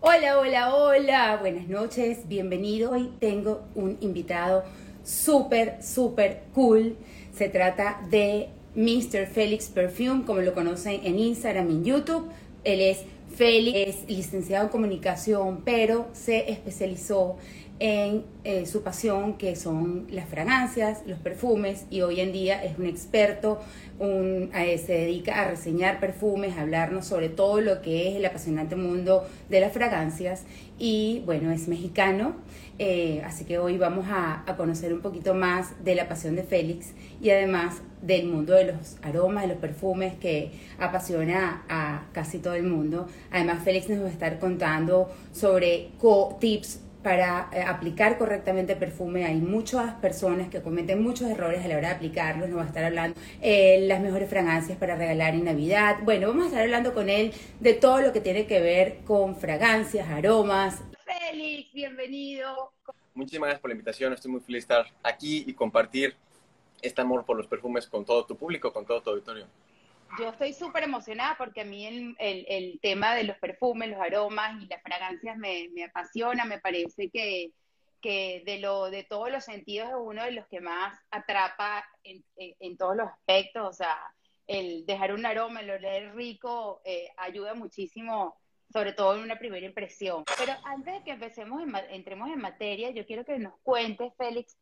Hola, hola, hola, buenas noches, bienvenido. Hoy tengo un invitado súper, súper cool. Se trata de Mr. Félix Perfume, como lo conocen en Instagram y en YouTube. Él es Félix, es licenciado en comunicación, pero se especializó en su pasión, que son las fragancias, los perfumes, y hoy en día es un experto, se dedica a reseñar perfumes, a hablarnos sobre todo lo que es el apasionante mundo de las fragancias. Y bueno, es mexicano, así que hoy vamos a conocer un poquito más de la pasión de Félix y además del mundo de los aromas, de los perfumes, que apasiona a casi todo el mundo. Además, Félix nos va a estar contando sobre tips para aplicar correctamente el perfume. Hay muchas personas que cometen muchos errores a la hora de aplicarlos. Nos va a estar hablando las mejores fragancias para regalar en Navidad. Bueno, vamos a estar hablando con él de todo lo que tiene que ver con fragancias, aromas. Félix, bienvenido. Muchísimas gracias por la invitación. Estoy muy feliz de estar aquí y compartir este amor por los perfumes con todo tu público, con todo tu auditorio. Yo estoy súper emocionada porque a mí el tema de los perfumes, los aromas y las fragancias me apasiona. Me parece que de todos los sentidos es uno de los que más atrapa en todos los aspectos. O sea, el dejar un aroma, el oler rico, ayuda muchísimo, sobre todo en una primera impresión. Pero antes de que entremos en materia, yo quiero que nos cuentes, Félix,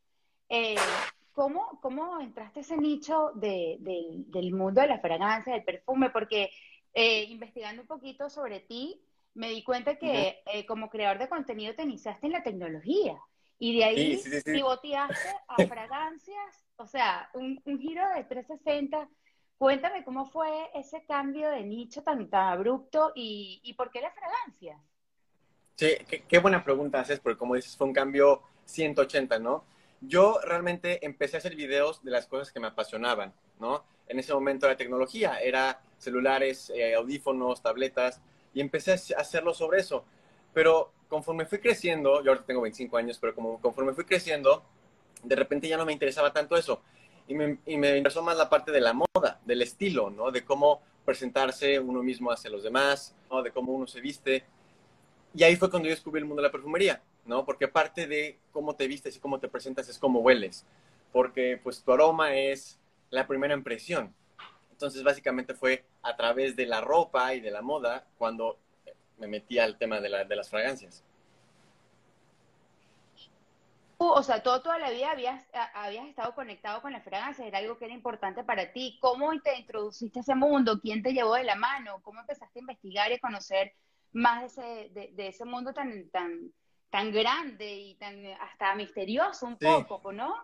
¿cómo entraste a ese nicho del mundo de la fragancia, del perfume? Porque investigando un poquito sobre ti, me di cuenta Uh -huh. que como creador de contenido te iniciaste en la tecnología y de Sí, ahí sí, sí, sí. pivoteaste a fragancias, o sea, un giro de 360. Cuéntame cómo fue ese cambio de nicho tan abrupto y por qué las fragancias. Sí, qué buena pregunta haces, porque como dices, fue un cambio 180, ¿no? Yo realmente empecé a hacer videos de las cosas que me apasionaban, ¿no? En ese momento la tecnología era celulares, audífonos, tabletas, y empecé a hacerlo sobre eso. Pero conforme fui creciendo, yo ahora tengo 25 años, pero conforme fui creciendo, de repente ya no me interesaba tanto eso. Y me interesó más la parte de la moda, del estilo, ¿no? De cómo presentarse uno mismo hacia los demás, ¿no? De cómo uno se viste. Y ahí fue cuando yo descubrí el mundo de la perfumería, ¿no? Porque parte de cómo te vistes y cómo te presentas es cómo hueles. Porque pues tu aroma es la primera impresión. Entonces básicamente fue a través de la ropa y de la moda cuando me metí al tema de las fragancias. O sea, toda la vida habías estado conectado con la fragancia, era algo que era importante para ti. ¿Cómo te introduciste a ese mundo? ¿Quién te llevó de la mano? ¿Cómo empezaste a investigar y a conocer más de ese mundo tan grande y tan hasta misterioso un Sí, poco, ¿no?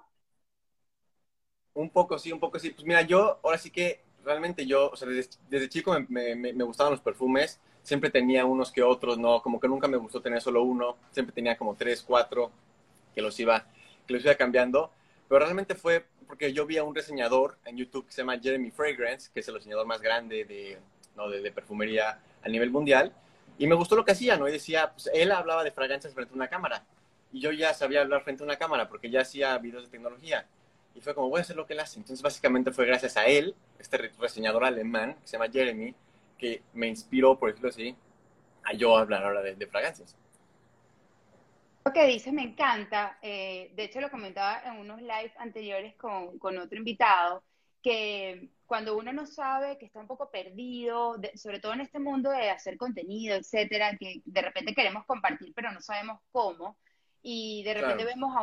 un poco sí, un poco sí. Pues mira, yo ahora sí que realmente yo, o sea, desde chico me gustaban los perfumes. Siempre tenía unos que otros, ¿no? Como que nunca me gustó tener solo uno. Siempre tenía como tres, cuatro que los iba, que los iba cambiando. Pero realmente fue porque yo vi a un reseñador en YouTube que se llama Jeremy Fragrance, que es el reseñador más grande ¿no? de perfumería a nivel mundial. Y me gustó lo que hacía, ¿no? Y decía, pues él hablaba de fragancias frente a una cámara. Y yo ya sabía hablar frente a una cámara porque ya hacía videos de tecnología. Y fue como, voy a hacer lo que él hace. Entonces, básicamente fue gracias a él, este reseñador alemán, que se llama Jeremy, que me inspiró, por decirlo así, a yo hablar ahora de fragancias. Lo que dices me encanta. De hecho, lo comentaba en unos live anteriores con otro invitado, que cuando uno no sabe, que está un poco perdido, sobre todo en este mundo de hacer contenido, etcétera, que de repente queremos compartir, pero no sabemos cómo, y de repente Claro. vemos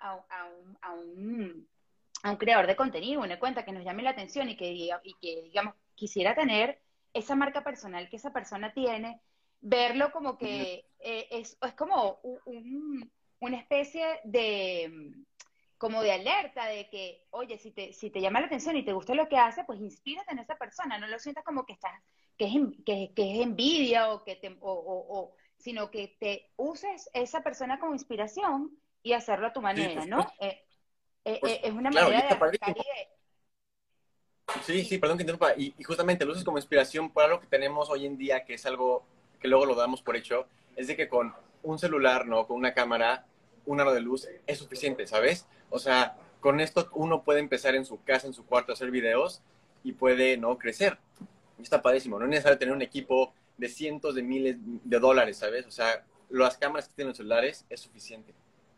a un creador de contenido, una cuenta que nos llame la atención y que digamos, quisiera tener esa marca personal que esa persona tiene, verlo como Ujú. que es como una especie como de alerta de que, oye, si te llama la atención y te gusta lo que hace, pues inspírate en esa persona, no lo sientas como que estás, que es envidia sino que te uses esa persona como inspiración y hacerlo a tu Sí, por manera, supuesto. ¿no? Es una Claro, y manera de está arrancar padrísimo. Sí, sí, perdón que interrumpa. Y justamente lo usas como inspiración para algo que tenemos hoy en día, que es algo que luego lo damos por hecho, es de que con un celular, ¿no? Con una cámara, un aro de luz, es suficiente, ¿sabes? O sea, con esto uno puede empezar en su casa, en su cuarto, a hacer videos y puede, ¿no? Crecer. Y está padrísimo. No es necesario tener un equipo de cientos de miles de dólares, ¿sabes? O sea, las cámaras que tienen los celulares es suficiente.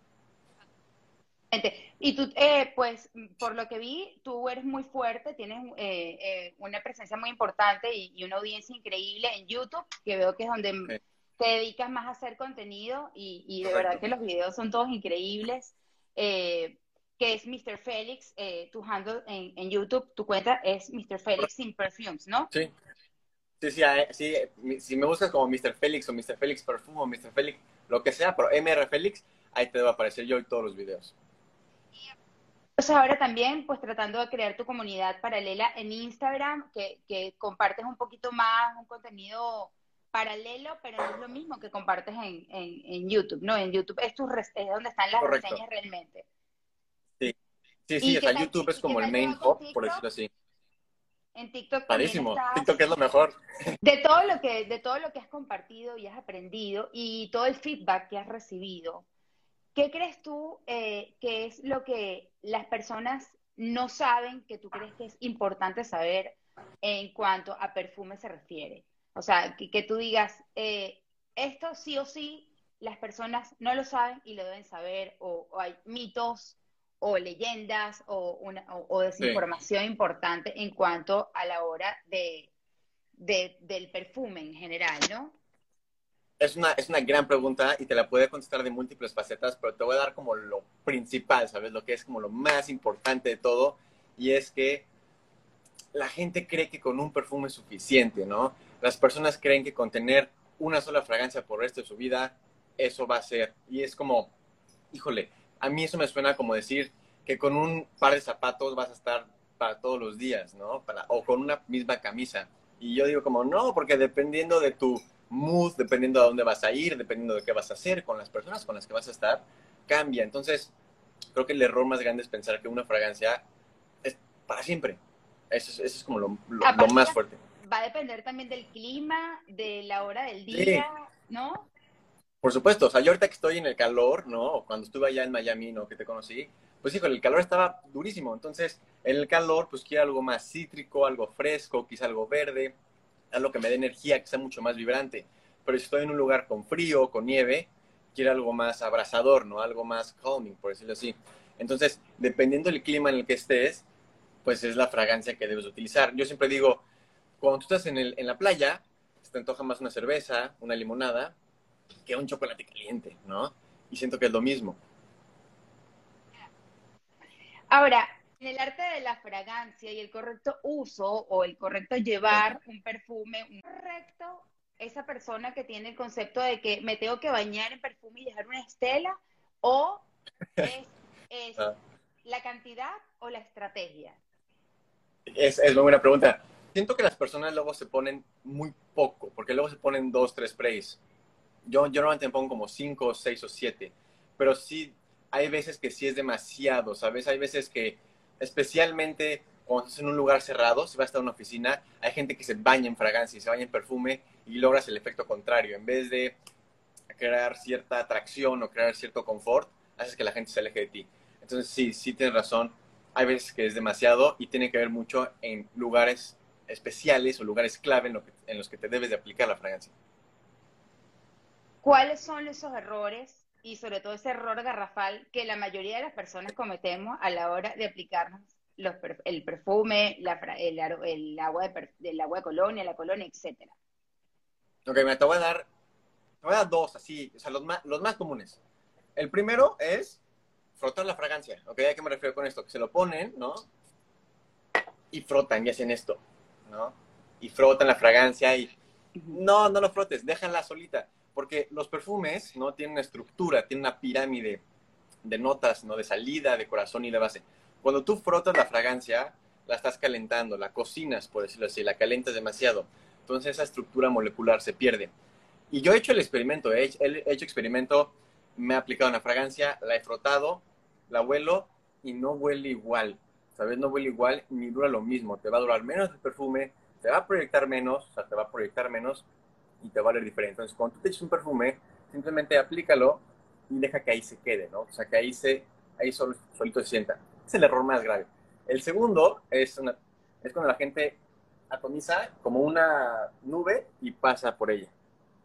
Y tú, pues, por lo que vi, tú eres muy fuerte, tienes una presencia muy importante y una audiencia increíble en YouTube, que veo que es donde Sí, te dedicas más a hacer contenido y de verdad correcto. que los videos son todos increíbles. Eh, que es Mr. Félix, tu handle en YouTube, tu cuenta es Mr. Félix sin perfumes, ¿no? Sí, sí, sí, sí, si me buscas como Mr. Félix o Mr. Félix Perfume o Mr. Félix, lo que sea, pero MR Félix, ahí te va a aparecer yo y todos los videos. Entonces ahora también, pues tratando de crear tu comunidad paralela en Instagram, que compartes un poquito más un contenido paralelo, pero no es lo mismo que compartes en YouTube, ¿no? En YouTube es, es donde están las Correcto. reseñas realmente. Sí, sí, sí, o sea, YouTube es Y qué como el tal te main va con hub, por TikTok? decirlo así. En TikTok también Padrísimo. estás. TikTok es lo mejor. De todo lo que has compartido y has aprendido y todo el feedback que has recibido, ¿qué crees tú que es lo que las personas no saben que tú crees que es importante saber en cuanto a perfume se refiere? O sea, que tú digas, esto sí o sí, las personas no lo saben y lo deben saber, o hay mitos o leyendas o Sí. desinformación importante en cuanto a la hora del perfume en general, ¿no? Es una gran pregunta y te la puedo contestar de múltiples facetas, pero te voy a dar como lo principal, ¿sabes? Lo que es como lo más importante de todo, y es que la gente cree que con un perfume es suficiente, ¿no? Las personas creen que con tener una sola fragancia por el resto de su vida, eso va a ser. Y es como, híjole, a mí eso me suena como decir que con un par de zapatos vas a estar para todos los días, ¿no? O con una misma camisa. Y yo digo como, no, porque dependiendo de tu mood, dependiendo de dónde vas a ir, dependiendo de qué vas a hacer, con las personas con las que vas a estar, cambia. Entonces, creo que el error más grande es pensar que una fragancia es para siempre. Eso es como lo Aparte más que fuerte. va a depender también del clima, de la hora del Sí, día, ¿no? por supuesto, o sea, yo ahorita que estoy en el calor, ¿no? Cuando estuve allá en Miami, ¿no? Que te conocí, pues híjole, el calor estaba durísimo. Entonces, en el calor, pues quiero algo más cítrico, algo fresco, quizá algo verde, algo que me dé energía, que sea mucho más vibrante. Pero si estoy en un lugar con frío, con nieve, quiero algo más abrasador, ¿no? Algo más calming, por decirlo así. Entonces, dependiendo del clima en el que estés, pues es la fragancia que debes utilizar. Yo siempre digo, cuando tú estás en la playa, se te antoja más una cerveza, una limonada, que un chocolate caliente, ¿no? Y siento que es lo mismo. Ahora, en el arte de la fragancia y el correcto uso o el correcto Sí. llevar un perfume, un correcto, esa persona que tiene el concepto de que me tengo que bañar en perfume y dejar una estela, o es, es Ah, la cantidad o la estrategia. es muy buena pregunta. Siento que las personas luego se ponen muy poco, porque luego se ponen dos, tres sprays. Yo normalmente me pongo como cinco, seis o siete, pero sí, hay veces que sí es demasiado, ¿sabes? Hay veces que, especialmente cuando estás en un lugar cerrado, si vas a estar en una oficina, hay gente que se baña en fragancia y se baña en perfume y logras el efecto contrario. En vez de crear cierta atracción o crear cierto confort, haces que la gente se aleje de ti. Entonces, sí, sí tienes razón. Hay veces que es demasiado y tiene que ver mucho en lugares especiales o lugares clave en los que te debes de aplicar la fragancia. ¿Cuáles son esos errores y sobre todo ese error garrafal que la mayoría de las personas cometemos a la hora de aplicarnos el perfume, el agua del agua de colonia, la colonia, etcétera? Ok, me te voy a dar dos, así, o sea, los más comunes. El primero es frotar la fragancia, ¿ok? ¿A qué me refiero con esto? Que se lo ponen, ¿no? Y frotan y hacen esto, ¿no? Y frotan la fragancia y Ujú. no lo frotes, déjala solita, porque los perfumes, ¿no? Tienen una estructura, tienen una pirámide de notas, ¿no? De salida, de corazón y de base. Cuando tú frotas la fragancia, la estás calentando, la cocinas, por decirlo así, la calientas demasiado. Entonces esa estructura molecular se pierde. Y yo he hecho el experimento, he hecho experimento, me he aplicado una fragancia, la he frotado, la huelo y no huele igual, ¿sabes? No huele igual ni dura lo mismo. Te va a durar menos el perfume, te va a proyectar menos, o sea, te va a proyectar menos y te va a oler diferente. Entonces, cuando tú te eches un perfume, simplemente aplícalo y deja que ahí se quede, ¿no? O sea, que ahí solito se sienta. Es el error más grave. El segundo es cuando la gente atomiza como una nube y pasa por ella.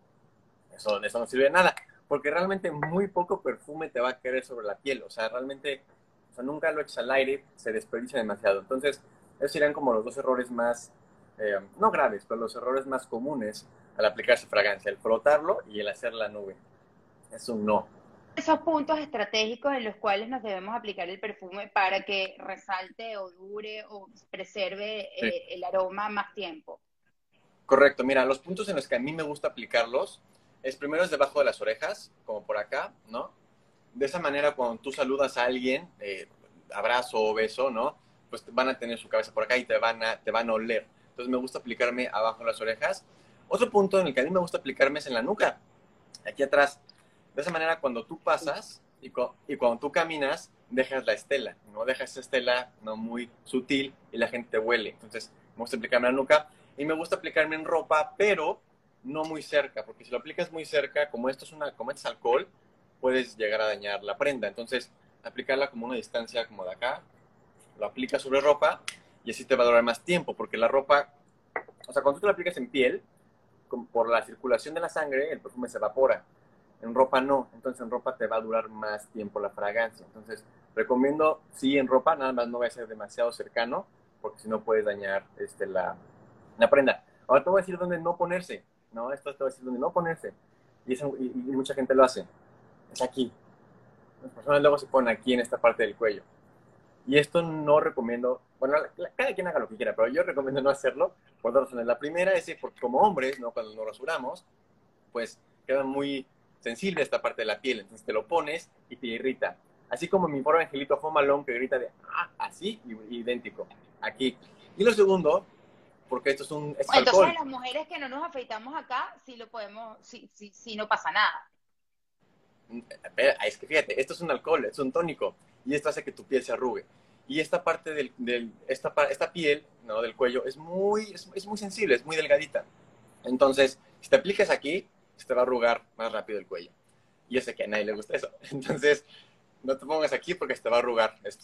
Eso no sirve de nada, porque realmente muy poco perfume te va a querer sobre la piel. O sea, realmente, o sea, nunca lo eches al aire, se desperdicia demasiado. Entonces, esos serían como los dos errores más, no graves, pero los errores más comunes al aplicarse fragancia, el frotarlo y el hacer la nube. Es un no. Esos puntos estratégicos en los cuales nos debemos aplicar el perfume para que resalte o dure o preserve Sí. el aroma más tiempo. Correcto, mira, los puntos en los que a mí me gusta aplicarlos es primero es debajo de las orejas, como por acá, ¿no? De esa manera, cuando tú saludas a alguien, abrazo o beso, ¿no? Pues van a tener su cabeza por acá y te van a oler. Entonces me gusta aplicarme abajo de las orejas. Otro punto en el que a mí me gusta aplicarme es en la nuca, aquí atrás. De esa manera, cuando tú pasas y cuando tú caminas, dejas la estela, ¿no? Dejas esa estela no muy sutil y la gente te huele. Entonces, me gusta aplicarme en la nuca y me gusta aplicarme en ropa, pero no muy cerca, porque si lo aplicas muy cerca, como esto es alcohol, puedes llegar a dañar la prenda. Entonces, aplicarla como una distancia como de acá, lo aplicas sobre ropa y así te va a durar más tiempo, porque la ropa, o sea, cuando tú te la aplicas en piel, por la circulación de la sangre, el perfume se evapora. En ropa no, entonces en ropa te va a durar más tiempo la fragancia. Entonces, recomiendo, sí, en ropa, nada más no va a ser demasiado cercano, porque si no puedes dañar la prenda. Ahora te voy a decir dónde no ponerse, ¿no? Esto te voy a decir dónde no ponerse. Y mucha gente lo hace. Es aquí. Las personas luego se ponen aquí en esta parte del cuello. Y esto no recomiendo, bueno, cada quien haga lo que quiera, pero yo recomiendo no hacerlo por dos razones. La primera es que como hombres, ¿no? Cuando nos rasuramos, pues queda muy sensible esta parte de la piel, entonces te lo pones y te irrita. Así como mi pobre angelito Home Alone que grita de, así, idéntico, aquí. Y lo segundo, porque esto es Entonces, alcohol. las mujeres que no nos afeitamos acá, sí lo podemos, sí, sí, sí, no pasa nada. Es que fíjate, esto es un alcohol, es un tónico, y esto hace que tu piel se arrugue. Y esta parte esta piel, ¿no? Del cuello es muy sensible, es muy delgadita. Entonces, si te aplicas aquí, se te va a arrugar más rápido el cuello. Y yo sé que a nadie le gusta eso. Entonces, no te pongas aquí porque se te va a arrugar esto.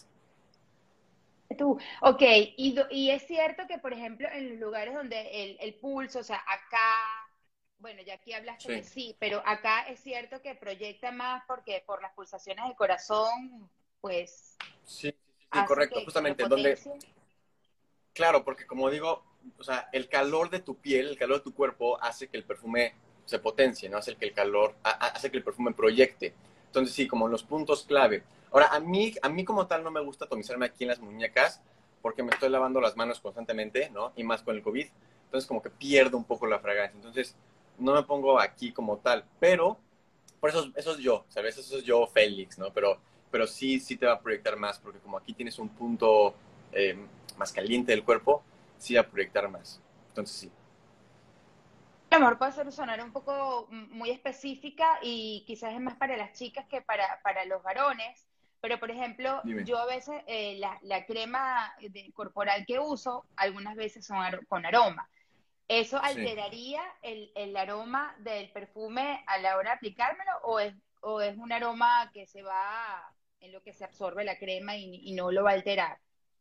Tú, ok, y es cierto que, por ejemplo, en los lugares donde el pulso, o sea, acá, bueno, ya aquí hablaste que Sí, sí, pero acá es cierto que proyecta más porque por las pulsaciones del corazón, pues sí, sí, sí, hace correcto. que lo Justamente, donde, potencie. claro, porque como digo, o sea, el calor de tu piel, el calor de tu cuerpo hace que el perfume se potencie, ¿no? Hace que el calor, hace que el perfume proyecte. Entonces, sí, como los puntos clave. Ahora, a mí como tal no me gusta atomizarme aquí en las muñecas porque me estoy lavando las manos constantemente, ¿no? Y más con el COVID. Entonces, como que pierdo un poco la fragancia. Entonces, no me pongo aquí como tal. Pero, por eso es yo, ¿sabes? Eso es yo, Félix, ¿no? Pero sí, sí te va a proyectar más porque como aquí tienes un punto eh, más caliente del cuerpo, sí va a proyectar más. Entonces, sí. A lo mejor puede sonar un poco muy específica y quizás es más para las chicas que para los varones, pero por ejemplo, Dime. yo a veces la crema corporal que uso, algunas veces son con aroma. ¿Eso Sí. alteraría el aroma del perfume a la hora de aplicármelo o es un aroma que se va en lo que se absorbe la crema y no lo va a alterar?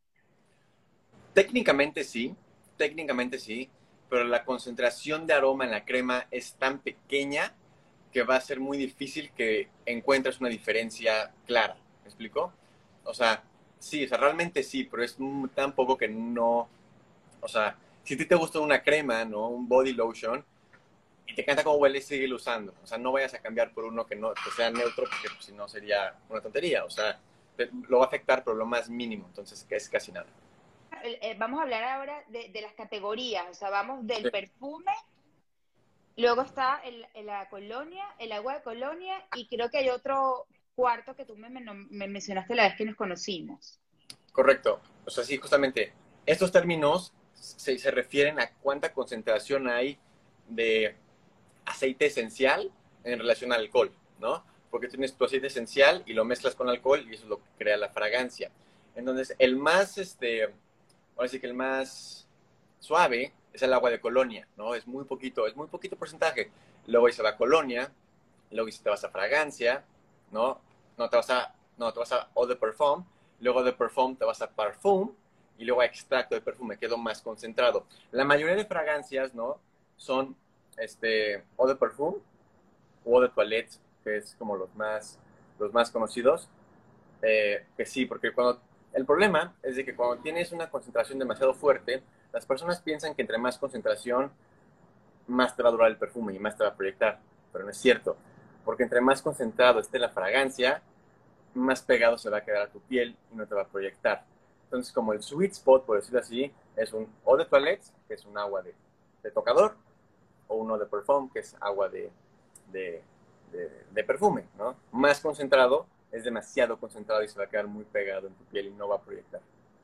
Técnicamente sí, pero la concentración de aroma en la crema es tan pequeña que va a ser muy difícil que encuentres una diferencia clara. ¿Me explico? O sea, sí, o sea, realmente sí, pero es tan poco que no, o sea, si a ti te gusta una crema, ¿no? Un body lotion, y te encanta cómo huele, sigue usando. O sea, no vayas a cambiar por uno que sea neutro, porque pues, si no sería una tontería. O sea, lo va a afectar, pero lo más mínimo. Entonces, es casi nada. Vamos a hablar ahora de las categorías, o sea, vamos del Sí. perfume. Luego está la colonia, el agua de colonia, y creo que hay otro cuarto que tú me mencionaste la vez que nos conocimos. Correcto. O sea, sí, justamente, estos términos se refieren a cuánta concentración hay de aceite esencial en relación al alcohol, ¿no? Porque tienes tu aceite esencial y lo mezclas con alcohol y eso es lo que crea la fragancia. Entonces, ahora sí que el más suave es el agua de colonia, ¿no? Es muy poquito porcentaje. Luego ahí se va a colonia, luego ahí te vas a fragancia, ¿no? No te vas a eau de parfum, luego de perfume te vas a parfum y luego extracto de perfume, quedó más concentrado. La mayoría de fragancias, ¿no? Son eau de perfume o de toilette, que es como los más conocidos. Que sí, porque el problema es de que cuando tienes una concentración demasiado fuerte, las personas piensan que entre más concentración, más te va a durar el perfume y más te va a proyectar, pero no es cierto, porque entre más concentrado esté la fragancia, más pegado se va a quedar a tu piel y no te va a proyectar. Entonces, como el sweet spot, por decirlo así, es un eau de toilette, que es un agua de tocador, o un eau de perfume, que es agua de, de perfume, ¿no? Más concentrado, es demasiado concentrado y se va a quedar muy pegado en tu piel y no va a proyectar.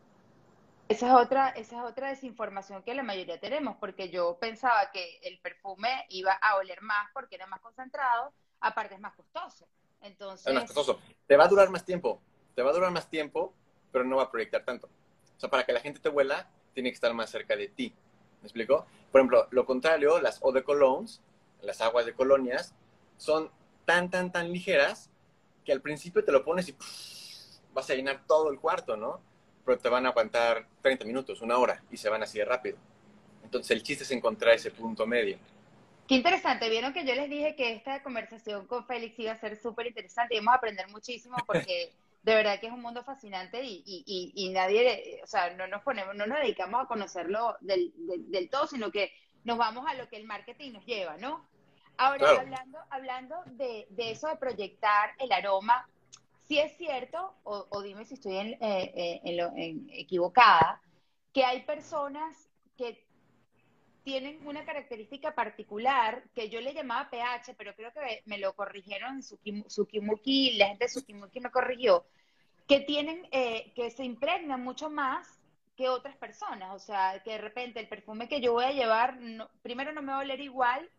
Esa es otra desinformación que la mayoría tenemos, porque yo pensaba que el perfume iba a oler más porque era más concentrado, aparte es más costoso. Es más Entonces, costoso. Te va a durar más tiempo, te va a durar más tiempo, pero no va a proyectar tanto. O sea, para que la gente te huela, tiene que estar más cerca de ti. ¿Me explico? Por ejemplo, lo contrario, las eau de colognes, las aguas de colonias, son tan ligeras que al principio te lo pones y vas a llenar todo el cuarto, ¿no? Pero te van a aguantar 30 minutos, una hora, y se van así de rápido. Entonces el chiste es encontrar ese punto medio. qué interesante. Vieron que yo les dije que esta conversación con Félix iba a ser súper interesante y vamos a aprender muchísimo porque de verdad que es un mundo fascinante y nadie, o sea, no nos ponemos, no nos dedicamos a conocerlo del todo, sino que nos vamos a lo que el marketing nos lleva, ¿no? Ahora, Claro. hablando de eso de proyectar el aroma, sí es cierto, o dime si estoy equivocada, que hay personas que tienen una característica particular que yo le llamaba pH, pero creo que me lo corrigieron Sukimuki, la gente de Sukimuki me corrigió, que tienen, que se impregnan mucho más que otras personas. O sea, que de repente el perfume que yo voy a llevar, primero no me va a oler igual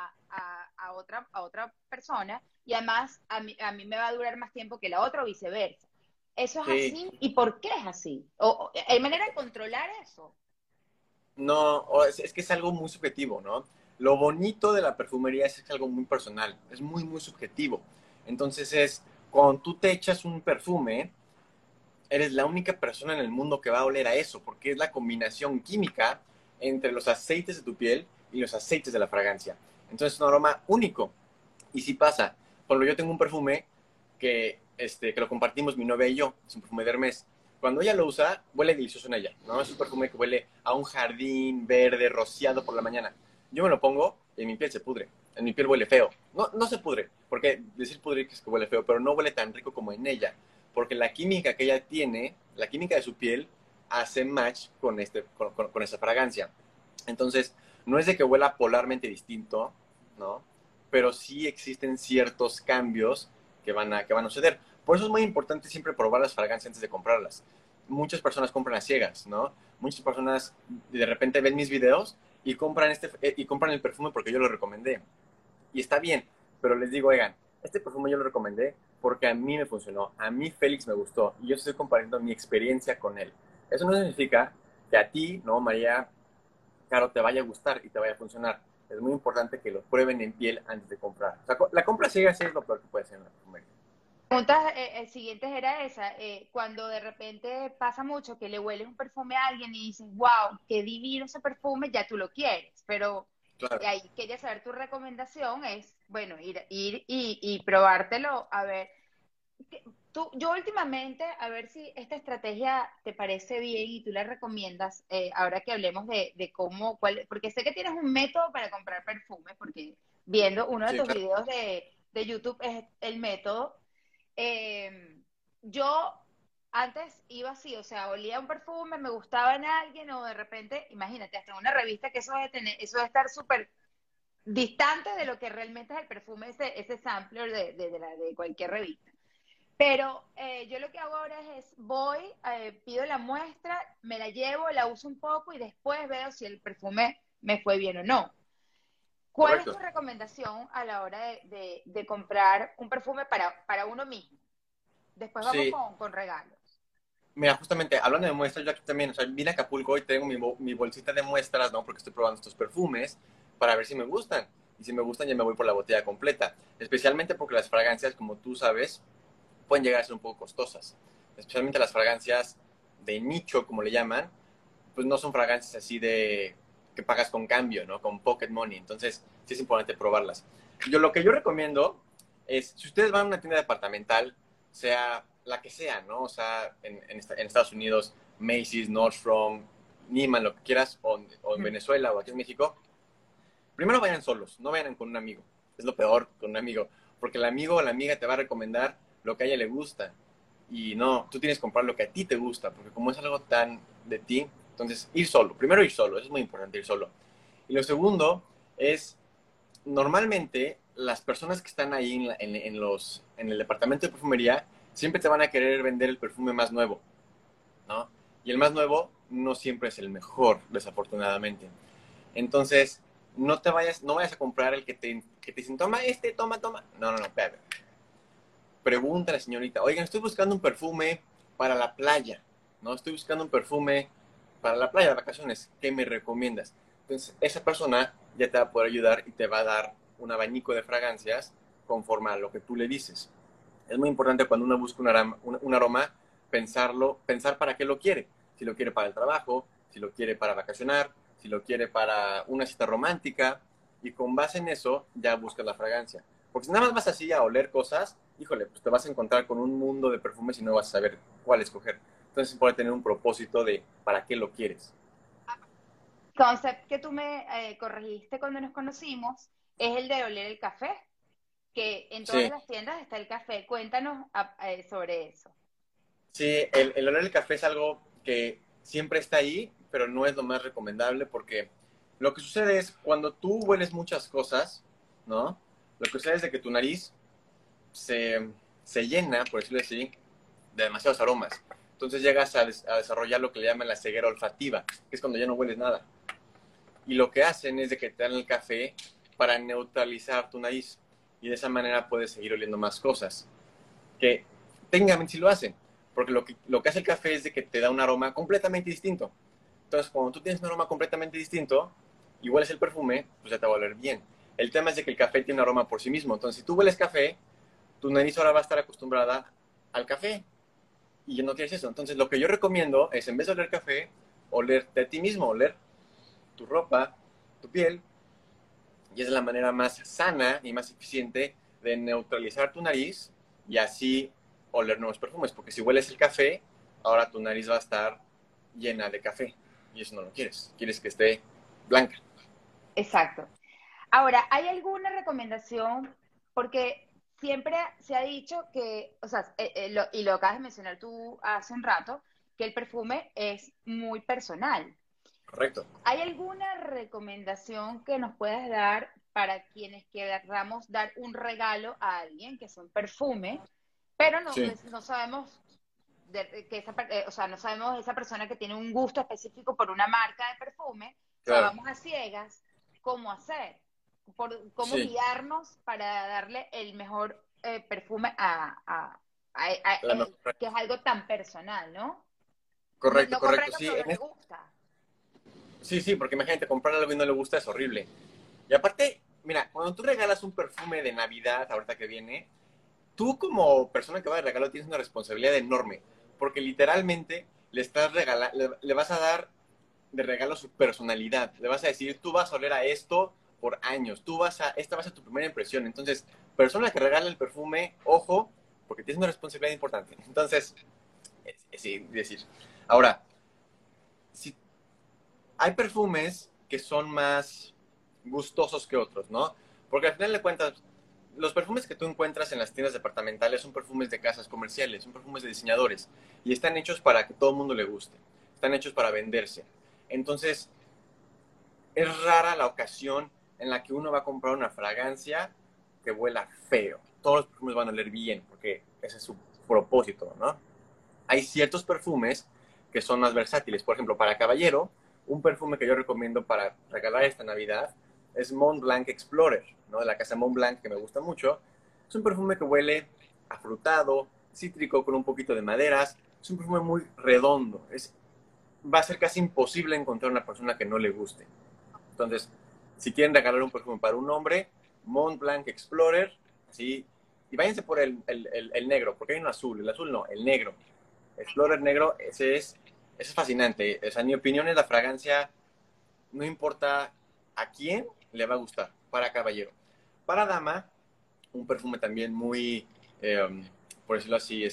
a otra persona y además a mí me va a durar más tiempo que la otra o viceversa. ¿Eso es Sí, así? ¿Y por qué es así? ¿Hay manera de controlar eso? no, es que es algo muy subjetivo, ¿no? Lo bonito de la perfumería es que es algo muy personal, es muy subjetivo. Entonces cuando tú te echas un perfume, eres la única persona en el mundo que va a oler a eso, porque es la combinación química entre los aceites de tu piel y los aceites de la fragancia. Entonces es un aroma único. Y si pasa, cuando yo tengo un perfume que lo compartimos mi novia y yo, es un perfume de Hermes. Cuando ella lo usa, huele delicioso en ella, ¿no? Es un perfume que huele a un jardín verde, rociado por la mañana. Yo me lo pongo y en mi piel se pudre. En mi piel huele feo. No se pudre, porque decir pudrir es que huele feo, pero no huele tan rico como en ella. Porque la química que ella tiene, la química de su piel, hace match con esa fragancia. Entonces, no es de que huela polarmente distinto, ¿no? Pero sí existen ciertos cambios que van a suceder. Por eso es muy importante siempre probar las fragancias antes de comprarlas. Muchas personas compran a ciegas, ¿no? Muchas personas de repente ven mis videos y y compran el perfume porque yo lo recomendé. Y está bien, pero les digo, oigan, este perfume yo lo recomendé porque a mí me funcionó, a mí Félix me gustó y yo estoy compartiendo mi experiencia con él. Eso no significa que a ti, ¿no, María Caro, te vaya a gustar y te vaya a funcionar? Es muy importante que lo prueben en piel antes de comprar. O sea, la compra ciega sí es lo peor que puede hacer en la perfumería. Preguntas siguientes era esa, cuando de repente pasa mucho que le hueles un perfume a alguien y dices, wow, qué divino ese perfume, ya tú lo quieres, pero Claro. ahí quería saber tu recomendación, es, bueno, ir y probártelo, a ver, yo últimamente, a ver si esta estrategia te parece bien y tú la recomiendas, ahora que hablemos de cómo, porque sé que tienes un método para comprar perfumes, porque viendo uno de Sí, tus claro. videos de YouTube es el método. Yo antes iba así, o sea, olía un perfume, me gustaba en alguien o de repente, imagínate, hasta en una revista que eso de estar súper distante de lo que realmente es el perfume, ese sampler de cualquier revista. Pero yo lo que hago ahora voy, pido la muestra, me la llevo, la uso un poco y después veo si el perfume me fue bien o no. ¿Cuál es tu Correcto. recomendación a la hora de comprar un perfume para uno mismo? Después vamos Sí, con regalos. mira, justamente hablando de muestras, yo aquí también, o sea, vine a Acapulco y tengo mi bolsita de muestras, ¿no? Porque estoy probando estos perfumes para ver si me gustan. Y si me gustan, ya me voy por la botella completa. Especialmente porque las fragancias, como tú sabes, pueden llegar a ser un poco costosas. Especialmente las fragancias de nicho, como le llaman, pues no son fragancias así de que pagas con cambio, ¿no? Con pocket money. Entonces, sí es importante probarlas. Lo que yo recomiendo es, si ustedes van a una tienda departamental, sea la que sea, ¿no? O sea, en Estados Unidos, Macy's, Nordstrom, Neiman, lo que quieras, o en Venezuela o aquí en México, primero vayan solos, no vayan con un amigo. Es lo peor con un amigo, porque el amigo o la amiga te va a recomendar lo que a ella le gusta. Y no, tú tienes que comprar lo que a ti te gusta, porque como es algo tan de ti, entonces ir solo. Primero ir solo, eso es muy importante, ir solo. Y lo segundo es, normalmente las personas que están ahí en el departamento de perfumería siempre te van a querer vender el perfume más nuevo, ¿no? Y el más nuevo no siempre es el mejor, desafortunadamente. Entonces, no vayas a comprar el que te dicen, toma este, toma, toma. No, no, no, espérate. Pregunta a la señorita, oigan, estoy buscando un perfume para la playa, ¿no? Estoy buscando un perfume para la playa de vacaciones, ¿qué me recomiendas? Entonces, esa persona ya te va a poder ayudar y te va a dar un abanico de fragancias conforme a lo que tú le dices. Es muy importante cuando uno busca un aroma, pensar para qué lo quiere. Si lo quiere para el trabajo, si lo quiere para vacacionar, si lo quiere para una cita romántica, y con base en eso ya buscas la fragancia. Porque si nada más vas así a oler cosas, híjole, pues te vas a encontrar con un mundo de perfumes y no vas a saber cuál escoger. Entonces puede tener un propósito de para qué lo quieres. Concept que tú me corregiste cuando nos conocimos es el de oler el café, que en todas Sí, las tiendas está el café. Cuéntanos sobre eso. sí, el oler el café es algo que siempre está ahí, pero no es lo más recomendable porque lo que sucede es cuando tú hueles muchas cosas, ¿no? Lo que sucede es de que tu nariz se, se llena, por decirlo así, de demasiados aromas. Entonces llegas a desarrollar lo que le llaman la ceguera olfativa, que es cuando ya no hueles nada. Y lo que hacen es de que te dan el café para neutralizar tu nariz. Y de esa manera puedes seguir oliendo más cosas. Que técnicamente sí lo hacen. Porque lo que hace el café es de que te da un aroma completamente distinto. Entonces, cuando tú tienes un aroma completamente distinto y hueles el perfume, pues ya te va a oler bien. El tema es de que el café tiene un aroma por sí mismo. Entonces, si tú hueles café, tu nariz ahora va a estar acostumbrada al café y ya no quieres eso. Entonces, lo que yo recomiendo es, en vez de oler café, olerte a ti mismo, oler tu ropa, tu piel, y es la manera más sana y más eficiente de neutralizar tu nariz y así oler nuevos perfumes, porque si hueles el café, ahora tu nariz va a estar llena de café y eso no lo quieres, quieres que esté blanca. Exacto. Ahora, ¿hay alguna recomendación? Porque siempre se ha dicho que, o sea, y lo acabas de mencionar tú hace un rato, que el perfume es muy personal. Correcto. ¿Hay alguna recomendación que nos puedas dar para quienes queramos dar un regalo a alguien, que es un perfume, pero Sí, no sabemos o sea, no sabemos esa persona que tiene un gusto específico por una marca de perfume, o sea, claro. vamos a ciegas, ¿cómo hacer? ¿Cómo Sí, guiarnos para darle el mejor perfume la mejor. que es algo tan personal, ¿no? No, Correcto, no correcto. comprar lo Sí, que a uno le gusta. sí, sí, porque imagínate, comprar algo y no le gusta es horrible. Y aparte, mira, cuando tú regalas un perfume de Navidad, ahorita que viene, tú como persona que va de regalo tienes una responsabilidad enorme, porque literalmente le vas a dar de regalo su personalidad, le vas a decir, tú vas a oler a esto por años, esta va a ser tu primera impresión. Entonces, persona que regala el perfume, ojo, porque tienes una responsabilidad importante. Entonces, sí, decir. Ahora, si hay perfumes que son más gustosos que otros, ¿no? Porque al final de cuentas, los perfumes que tú encuentras en las tiendas departamentales son perfumes de casas comerciales, son perfumes de diseñadores y están hechos para que todo el mundo le guste, están hechos para venderse. Entonces, es rara la ocasión en la que uno va a comprar una fragancia que huela feo. Todos los perfumes van a oler bien porque ese es su propósito, ¿no? Hay ciertos perfumes que son más versátiles. Por ejemplo, para caballero, un perfume que yo recomiendo para regalar esta Navidad es Mont Blanc Explorer, ¿no? De la casa Mont Blanc, que me gusta mucho. Es un perfume que huele afrutado, cítrico, con un poquito de maderas. Es un perfume muy redondo. Va a ser casi imposible encontrar una persona que no le guste. Entonces, si quieren regalar un perfume para un hombre, Mont Blanc Explorer, así, y váyanse por el negro, porque hay un azul, el azul no, el negro. Explorer negro, ese es es fascinante. O sea, en mi opinión es la fragancia, no importa a quién le va a gustar, para caballero. Para dama, un perfume también muy, por decirlo así,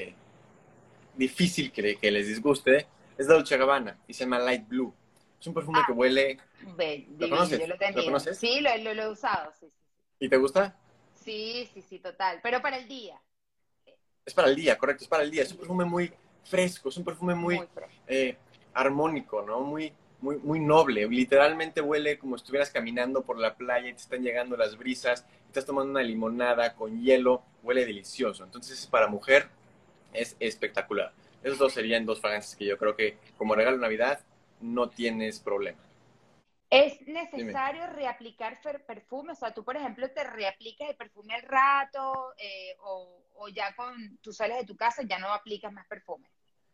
difícil que les disguste, es Dolce Gabbana y se llama Light Blue. Es un perfume que Ah, huele... ¿Lo divino, yo conoces? lo he ¿Lo tenido. conoces? Sí, lo he usado, sí, sí, sí. ¿Y te gusta? Sí, sí, sí, total. Pero para el día. Es para el día, correcto, es para el día. Es un Sí, perfume muy fresco, es un perfume muy muy fresco. armónico, ¿no? Muy noble. Literalmente huele como si estuvieras caminando por la playa y te están llegando las brisas, estás tomando una limonada con hielo, huele delicioso. Entonces, para mujer es espectacular. Esos dos serían dos fragancias que yo creo que como regalo de Navidad no tienes problema. ¿Es Dime. necesario reaplicar perfume? O sea, tú, por ejemplo, te reaplicas el perfume al rato o ya con tú sales de tu casa ya no aplicas más perfume.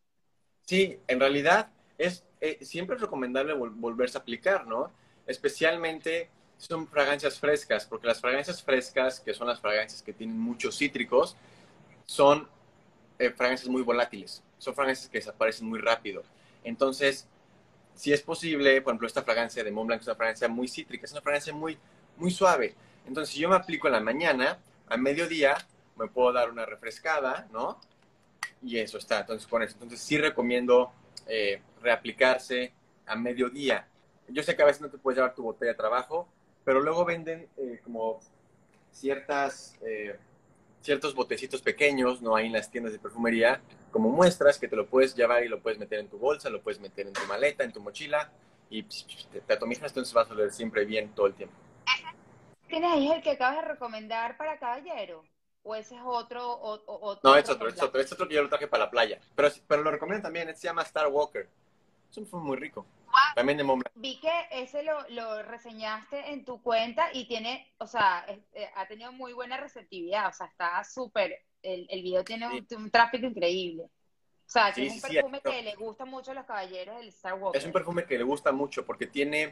Sí, en realidad siempre es recomendable volverse a aplicar, ¿no? Especialmente si son fragancias frescas, porque las fragancias frescas, que son las fragancias que tienen muchos cítricos, son fragancias muy volátiles, son fragancias que desaparecen muy rápido. Entonces, si es posible, por ejemplo, esta fragancia de Montblanc es una fragancia muy cítrica, es una fragancia muy suave. Entonces, si yo me aplico en la mañana, a mediodía, me puedo dar una refrescada, ¿no? Y eso está, entonces con eso. Entonces sí recomiendo reaplicarse a mediodía. Yo sé que a veces no te puedes llevar tu botella de trabajo, pero luego venden como ciertas, ciertos botecitos pequeños, ¿no? Hay en las tiendas de perfumería, como muestras que te lo puedes llevar y lo puedes meter en tu bolsa, lo puedes meter en tu maleta, en tu mochila, y te atomizas, entonces vas a oler siempre bien todo el tiempo. ¿Tienes ahí el que acabas de recomendar para caballero? ¿O ese es otro, No, otro Montblanc? es otro que yo lo traje para la playa, pero lo recomiendo también, se llama Star Walker. Es un perfume muy rico. También de Montblanc. Vi que ese lo reseñaste en tu cuenta y tiene, o sea, ha tenido muy buena receptividad, o sea, está súper, el video tiene Sí, un tráfico increíble. O sea, que es sí, un sí, sí. perfume que le gusta mucho a los caballeros del Star Es un Walker. perfume que le gusta mucho porque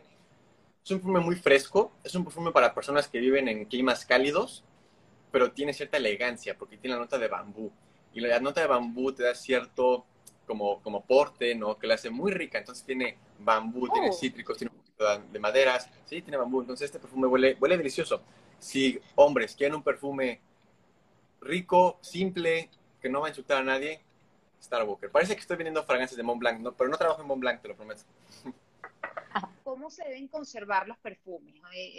es un perfume muy fresco, es un perfume para personas que viven en climas cálidos, pero tiene cierta elegancia porque tiene la nota de bambú. Y la nota de bambú te da cierto como porte, ¿no? Que la hace muy rica. Entonces tiene bambú, tiene Uh, cítricos, tiene un poquito de maderas. Sí, tiene bambú. Entonces este perfume huele delicioso. Si hombres quieren un perfume rico, simple, que no va a insultar a nadie, Star Walker. Parece que estoy vendiendo fragancias de Montblanc, ¿no? Pero no trabajo en Montblanc, te lo prometo. ¿Cómo se deben conservar los perfumes?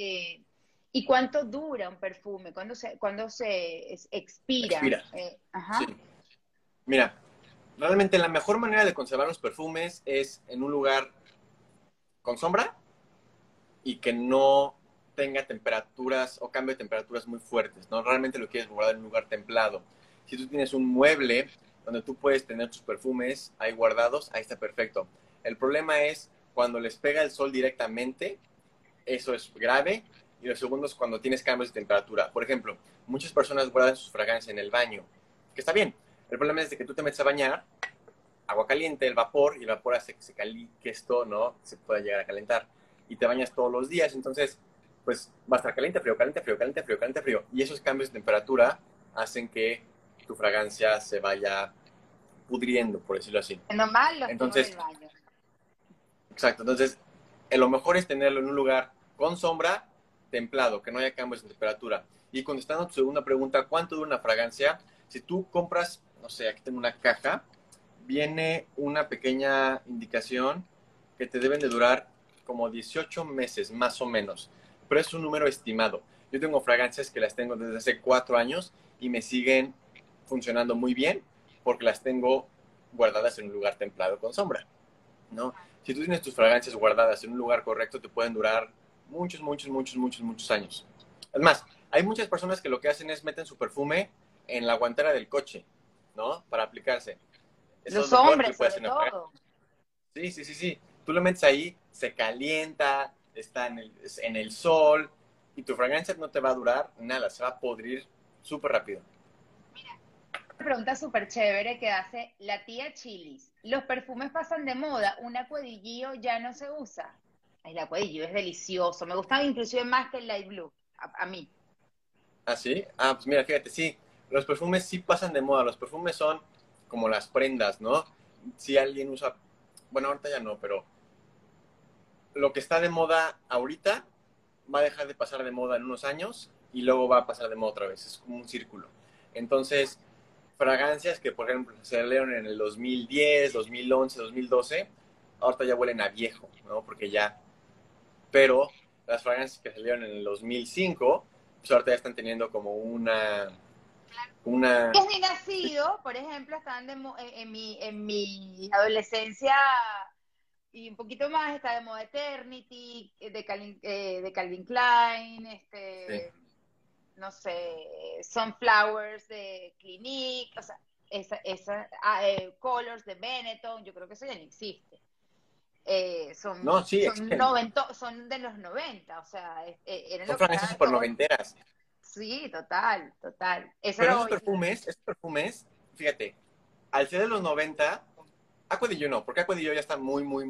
¿Y cuánto dura un perfume? ¿Cuándo se expira? Expira. Sí. Ajá. Mira, realmente la mejor manera de conservar los perfumes es en un lugar con sombra y que no tenga temperaturas o cambio de temperaturas muy fuertes, ¿no? Realmente lo quieres guardar en un lugar templado. Si tú tienes un mueble donde tú puedes tener tus perfumes ahí guardados, ahí está perfecto. El problema es cuando les pega el sol directamente, eso es grave. Y lo segundo es cuando tienes cambios de temperatura. Por ejemplo, muchas personas guardan sus fragancias en el baño, que está bien. El problema es de que tú te metes a bañar, agua caliente, el vapor, y el vapor hace que esto no se pueda llegar a calentar. Y te bañas todos los días, entonces, pues va a estar caliente, frío, caliente, frío, caliente, frío, caliente, frío. Y esos cambios de temperatura hacen que tu fragancia se vaya pudriendo, por decirlo así. Normal los tengo en el Entonces, baño. exacto, entonces, lo mejor es tenerlo en un lugar con sombra, templado, que no haya cambios de temperatura. Y contestando a tu segunda pregunta, ¿cuánto dura una fragancia? Si tú compras, no sé, aquí tengo una caja, viene una pequeña indicación que te deben de durar como 18 meses, más o menos. Pero es un número estimado. Yo tengo fragancias que las tengo desde hace 4 años y me siguen funcionando muy bien porque las tengo guardadas en un lugar templado con sombra, ¿no? Si tú tienes tus fragancias guardadas en un lugar correcto, te pueden durar muchos años. Es más, hay muchas personas que lo que hacen es meten su perfume en la guantera del coche, ¿no? Para aplicarse. Eso es Los lo peor que hombres, le puede sobre hacer una fragancia. todo. Sí, sí, sí, sí. Tú lo metes ahí, se calienta, está en el sol y tu fragancia no te va a durar nada, se va a podrir súper rápido. Una pregunta súper chévere que hace la tía Chilis. ¿Los perfumes pasan de moda? ¿Un acuadillo ya no se usa? Ay, el acuadillo es delicioso. Me gusta inclusive más que el light blue. A mí. ¿Ah, sí? Ah, pues mira, fíjate, sí, los perfumes sí pasan de moda, los perfumes son como las prendas, ¿no? Si alguien usa bueno, ahorita ya no, pero lo que está de moda ahorita va a dejar de pasar de moda en unos años y luego va a pasar de moda otra vez. Es como un círculo. Entonces, fragancias que, por ejemplo, se salieron en el 2010, 2011, 2012, ahorita ya huelen a viejo, ¿no? Porque ya... Pero las fragancias que salieron en el 2005, pues ahorita ya están teniendo como una... Es ni nacido, por ejemplo, estaban en mi adolescencia y un poquito más, está de moda Eternity, de Calvin Klein, Sí. no sé, Sunflowers de Clinique, o sea, Colors de Benetton, yo creo que eso ya no existe. No, sí, existen. Son de los 90, o sea, eran Son lo que fragancias estaba super todo. noventeras. Sí, total, total. Eso Pero era hoy. esos perfumes, fíjate, al ser de los 90, Aqua di Gio no, porque Aqua di Gio ya está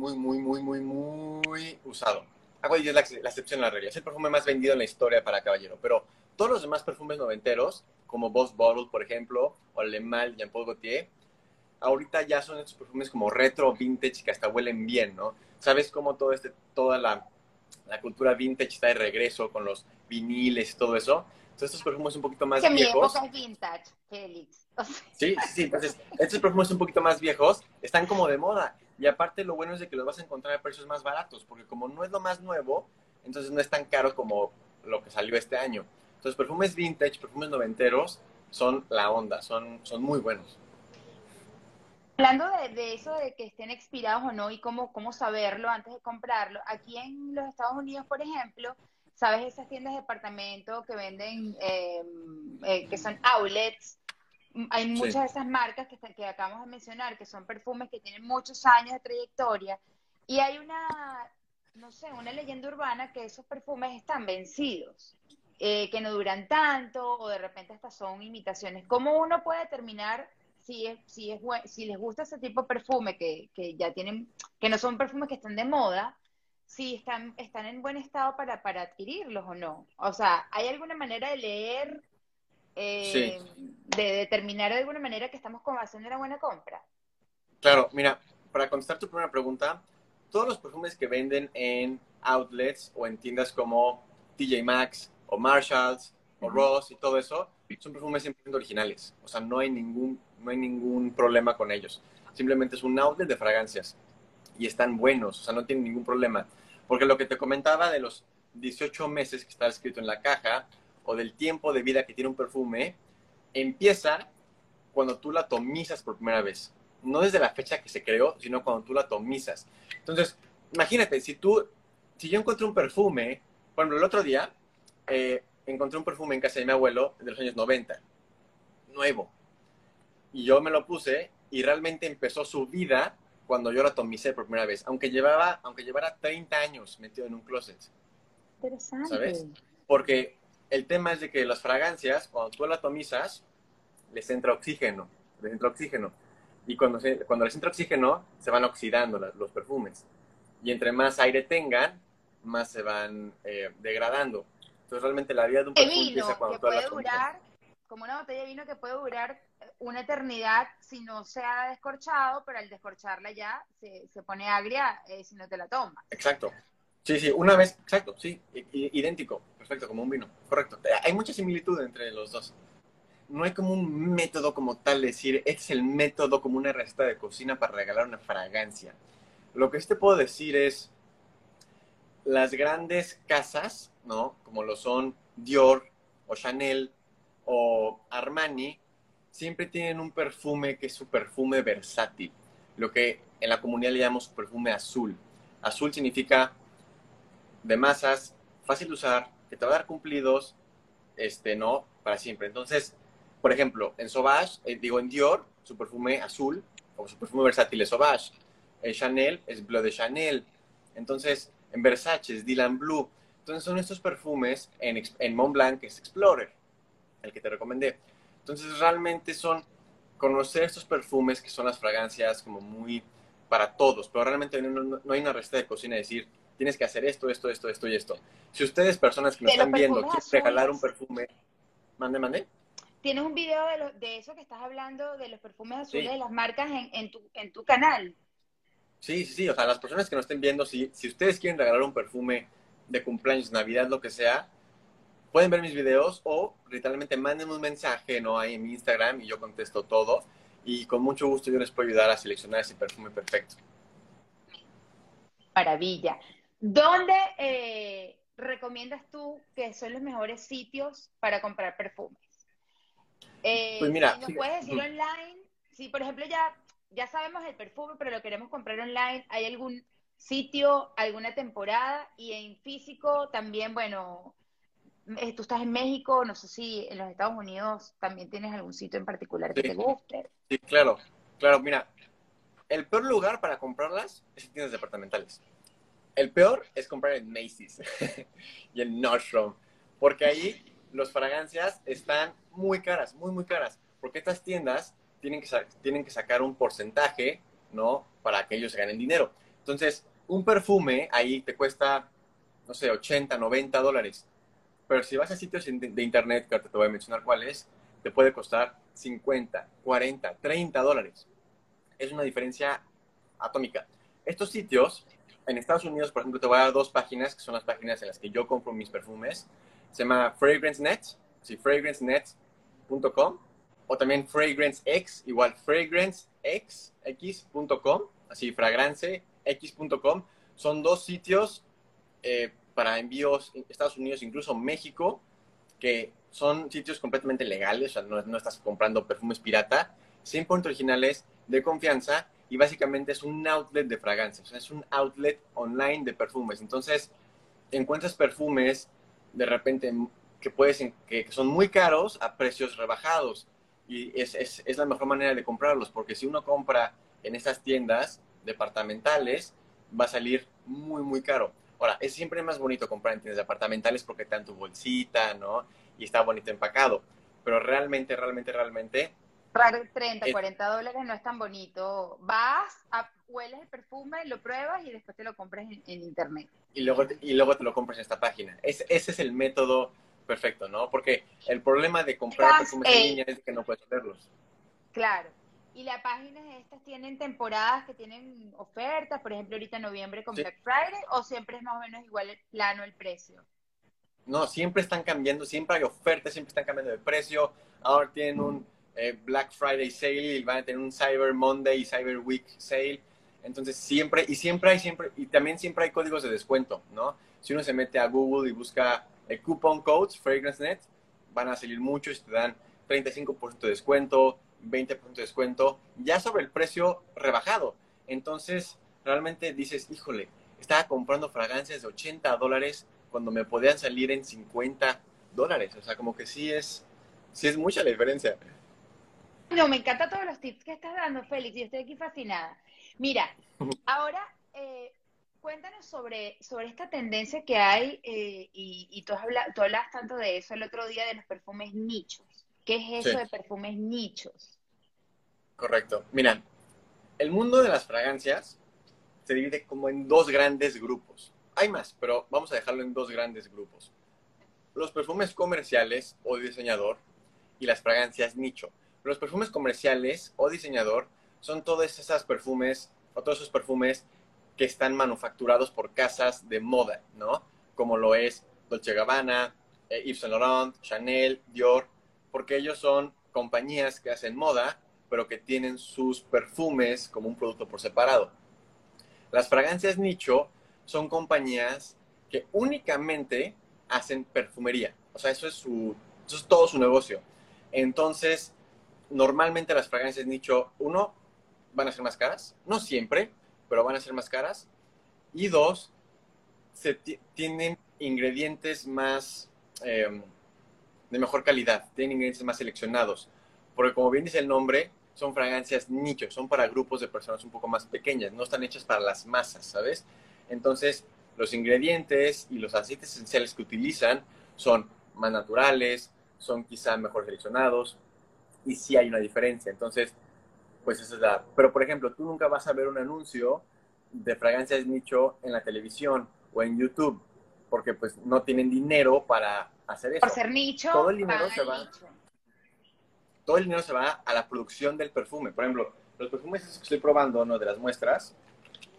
muy usado. Aqua di Gio es la excepción a la regla. Es el perfume más vendido en la historia para caballero. Pero todos los demás perfumes noventeros, como Boss Bottle, por ejemplo, o Le Mal, Jean Paul Gaultier, ahorita ya son estos perfumes como retro, vintage, que hasta huelen bien, ¿no? ¿Sabes cómo toda la cultura vintage está de regreso con los viniles y todo eso? Entonces estos perfumes un poquito Que más mi viejos. época es vintage, Félix. O sea, Sí. Entonces, estos perfumes un poquito más viejos están como de moda. Y aparte lo bueno es de que los vas a encontrar a precios más baratos, porque como no es lo más nuevo, entonces no es tan caro como lo que salió este año. Entonces, perfumes vintage, perfumes noventeros, son la onda, son muy buenos. hablando de eso, de que estén expirados o no y cómo saberlo antes de comprarlo, aquí en los Estados Unidos, por ejemplo, ¿sabes esas tiendas de departamento que venden, que son outlets? Hay Sí, muchas de esas marcas que acabamos de mencionar, que son perfumes que tienen muchos años de trayectoria, y hay no sé, una leyenda urbana que esos perfumes están vencidos, que no duran tanto, o de repente hasta son imitaciones. ¿Cómo uno puede determinar si les gusta ese tipo de perfume que ya tienen, que no son perfumes que están de moda, si están en buen estado para adquirirlos o no? O sea, ¿hay alguna manera de leer, sí. de determinar de alguna manera que estamos haciendo una buena compra? Claro, mira, para contestar tu primera pregunta, todos los perfumes que venden en outlets o en tiendas como TJ Maxx o Marshalls o Ujú. Ross y todo eso, son perfumes 100% originales. O sea, no hay ningún problema con ellos. Simplemente es un outlet de fragancias y están buenos, o sea, no tienen ningún problema. Porque lo que te comentaba de los 18 meses que está escrito en la caja o del tiempo de vida que tiene un perfume, empieza cuando tú la atomizas por primera vez. No desde la fecha que se creó, sino cuando tú la atomizas. Entonces, imagínate, si yo encontré un perfume, por ejemplo, el otro día encontré un perfume en casa de mi abuelo de los años 90, nuevo. Y yo me lo puse y realmente empezó su vida cuando yo la atomicé por primera vez, aunque llevara 30 años metido en un closet, Interesante. ¿sabes? Porque el tema es de que las fragancias, cuando tú la atomizas, les entra oxígeno. Y cuando les entra oxígeno, se van oxidando los perfumes. Y entre más aire tengan, más se van degradando. Entonces realmente la vida de un De perfume empieza vino que cuando tú la puede atomizas. durar, como una botella de vino que puede durar una eternidad si no se ha descorchado, pero al descorcharla ya se pone agria, si no te la tomas. Exacto. Sí, una vez, exacto, sí, idéntico, perfecto, como un vino, correcto. Hay mucha similitud entre los dos. No hay como un método como tal, decir, este es el método como una receta de cocina para regalar una fragancia. Lo que sí te puedo decir es, las grandes casas, ¿no? Como lo son Dior o Chanel o Armani, siempre tienen un perfume que es su perfume versátil, lo que en la comunidad le llamamos perfume azul. Azul significa de masas, fácil de usar, que te va a dar cumplidos, no, para siempre. Entonces, por ejemplo, en Sauvage, en Dior, su perfume azul, o su perfume versátil es Sauvage. En Chanel es Bleu de Chanel. Entonces, en Versace es Dylan Blue. Entonces, son estos perfumes en Mont Blanc, que es Explorer, el que te recomendé. Entonces, realmente son conocer estos perfumes que son las fragancias como muy para todos, pero realmente no hay una receta de cocina de decir, tienes que hacer esto y esto. Si ustedes, personas que nos De los están viendo, perfumes quieren regalar un azules, perfume, mande. tienes un video de eso que estás hablando, de los perfumes azules Sí, de las marcas en tu canal. Sí, sí, sí. O sea, las personas que nos estén viendo, si ustedes quieren regalar un perfume de cumpleaños, Navidad, lo que sea, pueden ver mis videos o literalmente manden un mensaje, ¿no? Ahí en mi Instagram y yo contesto todo. Y con mucho gusto yo les puedo ayudar a seleccionar ese perfume perfecto. Maravilla. ¿Dónde recomiendas tú que son los mejores sitios para comprar perfumes? Pues Si mira, nos puedes decir online, si por ejemplo ya sabemos el perfume, pero lo queremos comprar online, ¿hay algún sitio, alguna temporada? Y en físico también, bueno, tú estás en México, no sé si en los Estados Unidos también tienes algún sitio en particular que te sí, guste. sí, claro. Claro, mira, el peor lugar para comprarlas es en tiendas departamentales. El peor es comprar en Macy's y en Nordstrom, porque ahí las fragancias están muy caras, muy, muy caras, porque estas tiendas tienen que sacar un porcentaje, ¿no? Para que ellos ganen dinero. Entonces, un perfume ahí te cuesta, no sé, 80, $90. Pero si vas a sitios de internet, que ahorita te voy a mencionar cuáles, te puede costar 50, 40, $30. Es una diferencia atómica. Estos sitios, en Estados Unidos, por ejemplo, te voy a dar dos páginas, que son las páginas en las que yo compro mis perfumes. Se llama FragranceNet, sí, fragrancenet.com, o también FragranceX, igual fragrancex.com, así, fragrancex.com. Son dos sitios para envíos en Estados Unidos, incluso México, que son sitios completamente legales, o sea, no estás comprando perfumes pirata, 100% originales, de confianza, y básicamente es un outlet de fragancias, o sea, es un outlet online de perfumes. Entonces, encuentras perfumes de repente que son muy caros a precios rebajados, y es la mejor manera de comprarlos, porque si uno compra en estas tiendas departamentales, va a salir muy, muy caro. Ahora, es siempre más bonito comprar en tiendas departamentales porque te dan tu bolsita, ¿no? Y está bonito empacado. Pero realmente, realmente, realmente, Raro, 30, es, $40 no es tan bonito. Hueles el perfume, lo pruebas y después te lo compras en internet. y luego te lo compras en esta página. Ese es el método perfecto, ¿no? Porque el problema de comprar perfumes en línea es que no puedes verlos. Claro. Y las páginas estas tienen temporadas que tienen ofertas, por ejemplo, ahorita en noviembre con Sí. Black Friday, o siempre es más o menos igual el plano el precio. No, siempre están cambiando, siempre hay ofertas, siempre están cambiando de precio. Ahora tienen un Black Friday sale y van a tener un Cyber Monday y Cyber Week sale. Entonces siempre, y también siempre hay códigos de descuento, ¿no? Si uno se mete a Google y busca coupon codes, FragranceNet, van a salir muchos y te dan 35% de descuento, 20% de descuento, ya sobre el precio rebajado. Entonces, realmente dices, híjole, estaba comprando fragancias de $80 cuando me podían salir en $50. O sea, como que sí es mucha la diferencia. No, me encantan todos los tips que estás dando, Félix, y estoy aquí fascinada. Mira, ahora cuéntanos sobre esta tendencia que hay, y tú hablas tanto de eso el otro día de los perfumes nichos. ¿Qué es Sí, eso de perfumes nichos? correcto. Mira, el mundo de las fragancias se divide como en dos grandes grupos. Hay más, pero vamos a dejarlo en dos grandes grupos. Los perfumes comerciales o diseñador y las fragancias nicho. Los perfumes comerciales o diseñador son todos esos perfumes o todos esos perfumes que están manufacturados por casas de moda, ¿no? Como lo es Dolce Gabbana, Yves Saint Laurent, Chanel, Dior, porque ellos son compañías que hacen moda, pero que tienen sus perfumes como un producto por separado. Las fragancias nicho son compañías que únicamente hacen perfumería. O sea, eso es todo su negocio. Entonces, normalmente las fragancias nicho, uno, van a ser más caras. No siempre, pero van a ser más caras. Y dos, tienen ingredientes más de mejor calidad, tienen ingredientes más seleccionados. Porque como bien dice el nombre, son fragancias nicho, son para grupos de personas un poco más pequeñas, no están hechas para las masas, ¿sabes? Entonces, los ingredientes y los aceites esenciales que utilizan son más naturales, son quizá mejor seleccionados, y sí hay una diferencia. Entonces, pues esa es la... Pero, por ejemplo, tú nunca vas a ver un anuncio de fragancias nicho en la televisión o en YouTube, porque pues no tienen dinero para hacer Por eso. ser nicho, Todo el dinero van se al va, nicho. todo el dinero se va a la producción del perfume. Por ejemplo, los perfumes que estoy probando, ¿no? De las muestras,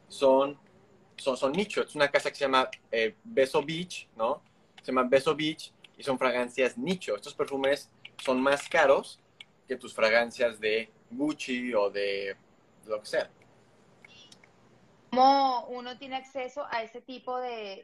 son nicho. Es una casa que se llama Beso Beach, ¿no? Se llama Beso Beach y son fragancias nicho. Estos perfumes son más caros que tus fragancias de Gucci o de lo que sea. ¿Cómo uno tiene acceso a ese tipo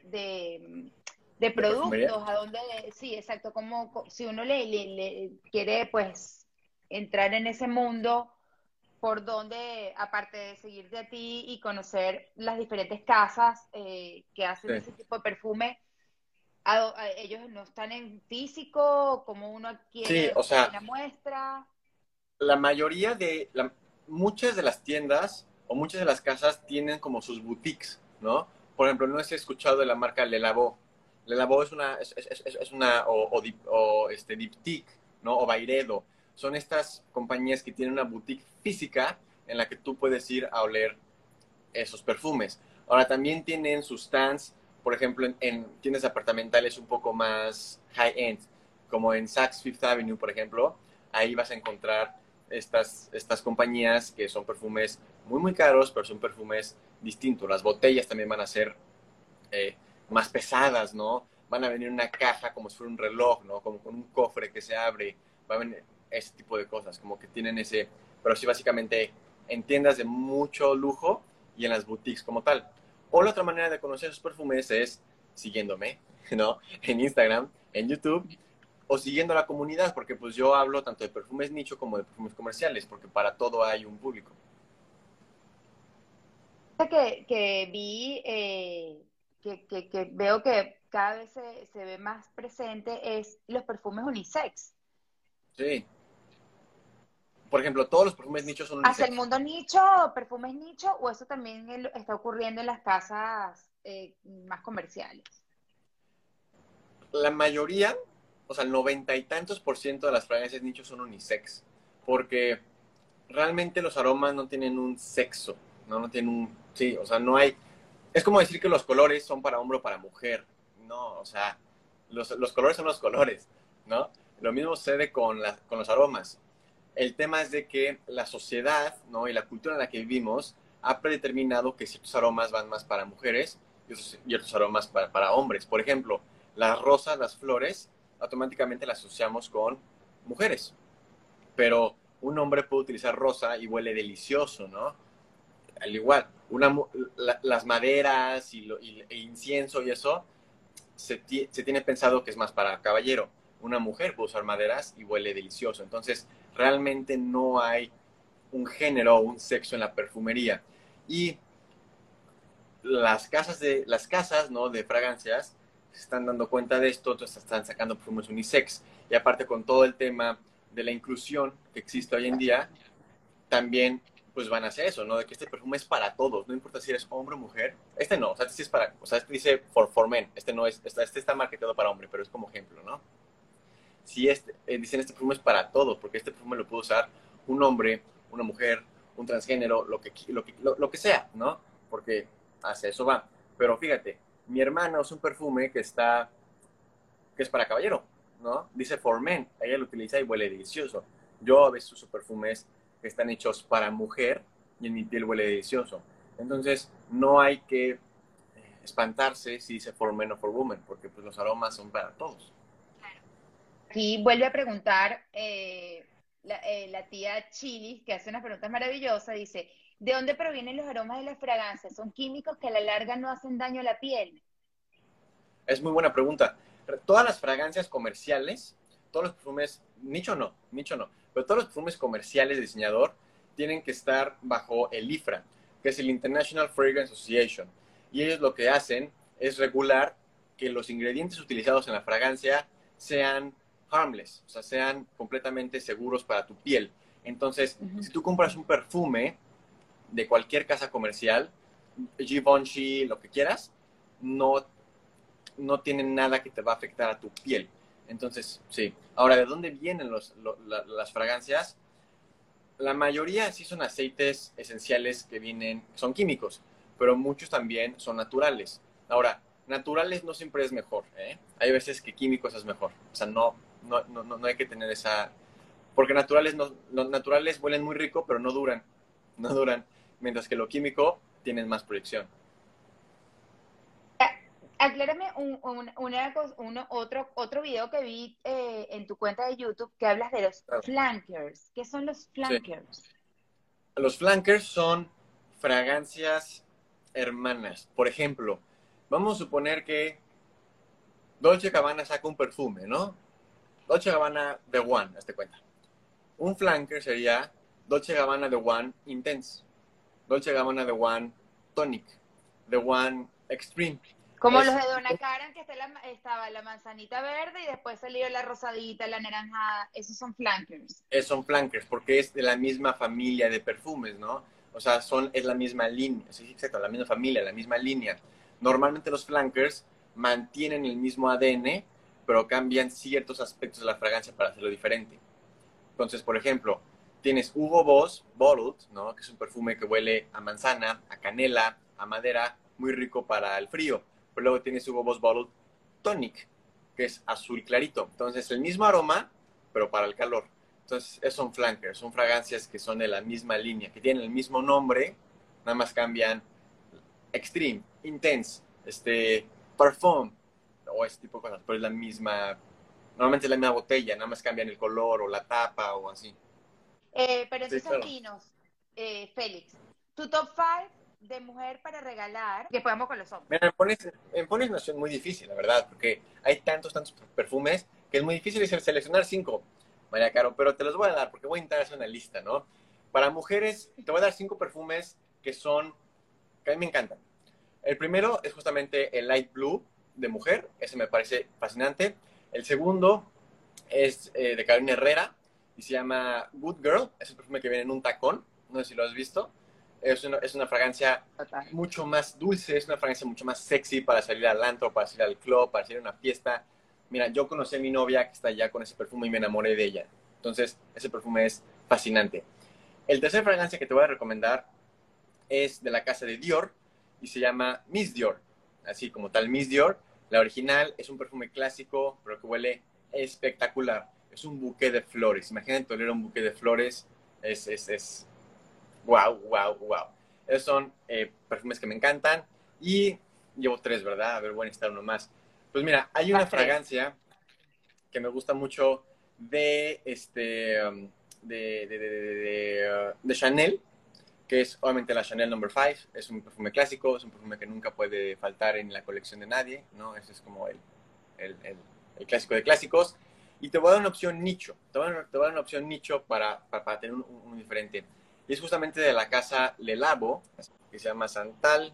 de ¿De perfumería? productos? ¿A dónde? Sí, exacto. Como si uno le quiere, pues, entrar en ese mundo, por donde, aparte de seguirte a ti y conocer las diferentes casas que hacen Sí. ese tipo de perfume, ellos no están en físico, como uno Sí, adquiere o sea, una muestra. la mayoría muchas de las tiendas o muchas de las casas tienen como sus boutiques, ¿no? Por ejemplo, no sé si he escuchado de la marca Le Labo. Le Labo es una, Diptyque, ¿no? O Byredo. Son estas compañías que tienen una boutique física en la que tú puedes ir a oler esos perfumes. Ahora, también tienen sus stands, por ejemplo, en tiendas departamentales un poco más high-end, como en Saks Fifth Avenue, por ejemplo. Ahí vas a encontrar estas compañías que son perfumes muy, muy caros, pero son perfumes distintos. Las botellas también van a ser eh, más pesadas, ¿no? Van a venir una caja como si fuera un reloj, ¿no? Como con un cofre que se abre. Va a venir ese tipo de cosas, como que tienen ese... Pero sí, básicamente en tiendas de mucho lujo y en las boutiques como tal. O la otra manera de conocer esos perfumes es siguiéndome, ¿no? En Instagram, en YouTube, o siguiendo a la comunidad, porque pues yo hablo tanto de perfumes nicho como de perfumes comerciales, porque para todo hay un público. Que vi, que veo que cada vez se ve más presente es los perfumes unisex. Sí. Por ejemplo, todos los perfumes nichos son ¿Hacia el unisex. mundo nicho, perfumes nicho, o eso también está ocurriendo en las casas más comerciales? La mayoría, o sea, el 90 y tantos % de las fragancias nicho son unisex, porque realmente los aromas no tienen un sexo, ¿no? No tienen un, sí, o sea, no hay, es como decir que los colores son para hombre o para mujer, no, o sea, los colores son los colores, ¿no? Lo mismo sucede con los aromas. El tema es de que la sociedad, ¿no? Y la cultura en la que vivimos ha predeterminado que ciertos aromas van más para mujeres y otros aromas para hombres. Por ejemplo, las rosas, las flores, automáticamente las asociamos con mujeres. Pero un hombre puede utilizar rosa y huele delicioso, ¿no? Al igual, las maderas e incienso y eso, se tiene pensado que es más para caballero. Una mujer puede usar maderas y huele delicioso. Entonces, realmente no hay un género o un sexo en la perfumería. Y las casas, ¿no? De fragancias se están dando cuenta de esto, entonces están sacando perfumes unisex. Y aparte con todo el tema de la inclusión que existe hoy en día, también pues van a hacer eso, ¿no? De que este perfume es para todos, no importa si eres hombre o mujer. Este no, o sea, este sí es para, o sea, este dice for men, este no es, este está marketado para hombre, pero es como ejemplo, ¿no? Si dicen este perfume es para todos, porque este perfume lo puede usar un hombre, una mujer, un transgénero, lo que sea, ¿no? Porque hacia eso va. Pero fíjate, mi hermana usa un perfume que es para caballero, ¿no? Dice for men, ella lo utiliza y huele delicioso. Yo a veces uso perfumes que están hechos para mujer y en mi piel huele delicioso. Entonces, no hay que espantarse si dice for men o for women, porque pues los aromas son para todos. Aquí vuelve a preguntar la tía Chili, que hace unas preguntas maravillosas, dice, ¿de dónde provienen los aromas de las fragancias? ¿Son químicos que a la larga no hacen daño a la piel? Es muy buena pregunta. Todas las fragancias comerciales, todos los perfumes, nicho no, pero todos los perfumes comerciales de diseñador tienen que estar bajo el IFRA, que es el International Fragrance Association. Y ellos lo que hacen es regular que los ingredientes utilizados en la fragancia sean harmless, o sea, sean completamente seguros para tu piel. Entonces, Ujú. si tú compras un perfume de cualquier casa comercial, Givenchy, lo que quieras, no no tienen nada que te va a afectar a tu piel. Entonces, sí. Ahora, ¿de dónde vienen las fragancias? La mayoría sí son aceites esenciales que vienen, son químicos, pero muchos también son naturales. Ahora, naturales no siempre es mejor, ¿eh? Hay veces que químicos es mejor. O sea, no hay que tener esa... Porque naturales, no, los naturales huelen muy rico, pero no duran. No duran. Mientras que lo químico tienes más proyección. Aclárame otro video que vi en tu cuenta de YouTube que hablas de los Claro. flankers. ¿Qué son los Sí. flankers? Los flankers son fragancias hermanas. Por ejemplo, vamos a suponer que Dolce Gabbana saca un perfume, ¿no? Dolce Gabbana The One, hazte cuenta. Un flanker sería Dolce Gabbana The One Intense, Dolce Gabbana The One Tonic, The One Extreme. Como los de Donna Karan, que estaba la manzanita verde y después salió la rosadita, la naranjada. Esos son flankers. Son flankers porque es de la misma familia de perfumes, ¿no? O sea, es la misma línea, sí, exacto, la misma familia, la misma línea. Normalmente los flankers mantienen el mismo ADN, pero cambian ciertos aspectos de la fragancia para hacerlo diferente. Entonces, por ejemplo, tienes Hugo Boss Bottled, ¿no? Que es un perfume que huele a manzana, a canela, a madera, muy rico para el frío. Pero luego tienes Hugo Boss Bottled Tonic, que es azul clarito. Entonces, el mismo aroma, pero para el calor. Entonces, esos son flankers, son fragancias que son de la misma línea, que tienen el mismo nombre, nada más cambian Extreme, Intense, Parfum, o ese tipo de cosas, pero es la misma, normalmente es la misma botella, nada más cambian el color o la tapa o así. Pero Sí, entonces, claro. dinos, Félix, tu top 5 de mujer para regalar, que podamos con los hombres. Mira, me pones una situación muy difícil, la verdad, porque hay tantos perfumes que es muy difícil seleccionar 5, María Caro, pero te los voy a dar porque voy a intentar hacer una lista, ¿no? Para mujeres, te voy a dar 5 perfumes que a mí me encantan. El primero es justamente el Light Blue de mujer, ese me parece fascinante. El segundo es de Carolina Herrera y se llama Good Girl, es un perfume que viene en un tacón, no sé si lo has visto. Es una fragancia Total. mucho más dulce, es una fragancia mucho más sexy para salir al antro, para salir al club, para salir a una fiesta. Mira, yo conocí a mi novia que está allá con ese perfume y me enamoré de ella. Entonces, ese perfume es fascinante. El tercer fragancia que te voy a recomendar es de la casa de Dior y se llama Miss Dior. Así como tal, Miss Dior. La original es un perfume clásico, pero que huele espectacular. Es un buque de flores. Imagínate oler un buque de flores. Es wow, wow, wow. Esos son perfumes que me encantan. Y llevo 3, ¿verdad? A ver, voy a necesitar uno más. Pues mira, hay una fragancia que me gusta mucho de de Chanel, que es obviamente la Chanel No. 5. Es un perfume clásico, es un perfume que nunca puede faltar en la colección de nadie, ¿no? Ese es como el clásico de clásicos. Y te voy a dar una opción nicho, te voy a dar una opción nicho para tener un diferente. Y es justamente de la casa Le Labo, que se llama Santal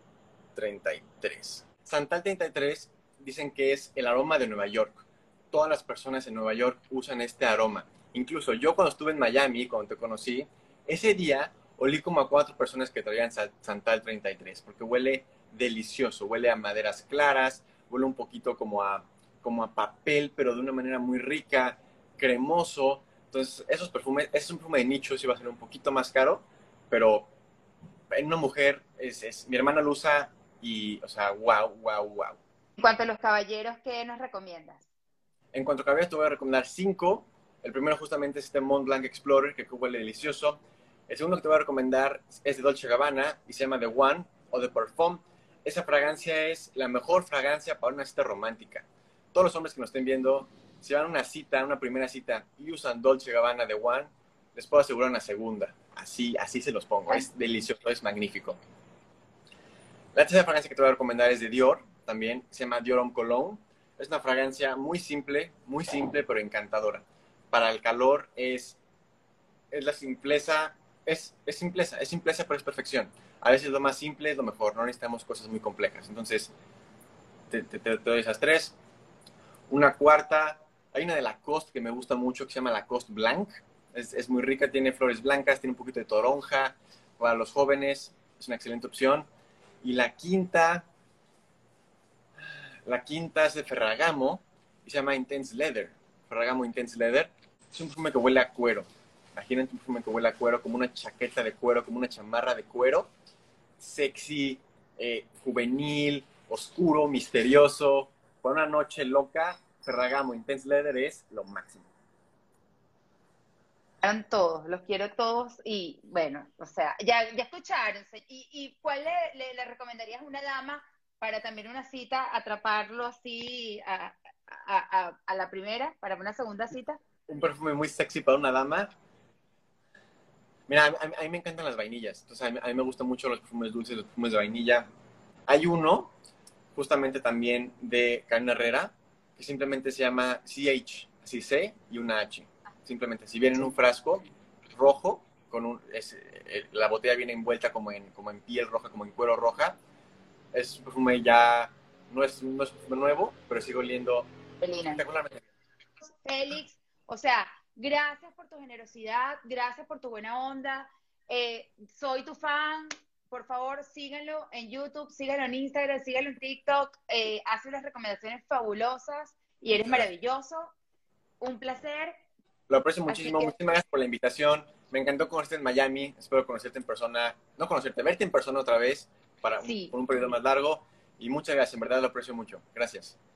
33. Santal 33 dicen que es el aroma de Nueva York. Todas las personas en Nueva York usan este aroma. Incluso yo cuando estuve en Miami, cuando te conocí, ese día olí como a 4 personas que traían Santal 33, porque huele delicioso, huele a maderas claras, huele un poquito como a papel, pero de una manera muy rica, cremoso. Entonces, esos perfumes, ese es un perfume de nicho, sí va a ser un poquito más caro, pero en una mujer, mi hermana lo usa y, o sea, wow, wow, wow. En cuanto a los caballeros, ¿qué nos recomiendas? En cuanto a cabellos, te voy a recomendar 5. El primero justamente es este Mont Blanc Explorer, que huele delicioso. El segundo que te voy a recomendar es de Dolce Gabbana y se llama The One o The Parfum. Esa fragancia es la mejor fragancia para una cita romántica. Todos los hombres que nos estén viendo, si van a una cita, una primera cita y usan Dolce Gabbana The One, les puedo asegurar una segunda. Así se los pongo. Es delicioso, es magnífico. La tercera fragancia que te voy a recomendar es de Dior, también se llama Dior Homme Cologne. Es una fragancia muy simple, pero encantadora. Para el calor es la simpleza, es simpleza, pero es perfección. A veces lo más simple es lo mejor, no necesitamos cosas muy complejas. Entonces, te doy esas 3. Una cuarta, hay una de Lacoste que me gusta mucho que se llama Lacoste Blanc. Es muy rica, tiene flores blancas, tiene un poquito de toronja. Para los jóvenes es una excelente opción. Y la quinta es de Ferragamo y se llama Intense Leather. Ferragamo Intense Leather. Es un perfume que huele a cuero. Imagínate un perfume que huele a cuero, como una chaqueta de cuero, como una chamarra de cuero. Sexy, juvenil, oscuro, misterioso. Para una noche loca, Ferragamo Intense Leather es lo máximo. Eran todos, los quiero todos y bueno, o sea, ya escucharon. ¿Y cuál le recomendarías a una dama para también una cita, atraparlo así a la primera, para una segunda cita? Un perfume muy sexy para una dama. Mira, a mí me encantan las vainillas. Entonces, a mí me gustan mucho los perfumes dulces, los perfumes de vainilla. Hay uno, justamente también de Carolina Herrera, que simplemente se llama CH, así C y una H. Simplemente, si viene en un frasco rojo, la botella viene envuelta como en piel roja, como en cuero roja. Es un perfume ya, no es perfume nuevo, pero sigue oliendo Belina. espectacularmente. Félix, o sea, gracias por tu generosidad, gracias por tu buena onda. Soy tu fan. Por favor, síganlo en YouTube, síganlo en Instagram, síganlo en TikTok. Hace unas recomendaciones fabulosas y eres maravilloso. Un placer. Lo aprecio Así muchísimo. que Muchísimas gracias por la invitación. Me encantó conocerte en Miami. Espero conocerte en persona. No conocerte, verte en persona otra vez sí. por un periodo más largo. Y muchas gracias. En verdad lo aprecio mucho. Gracias.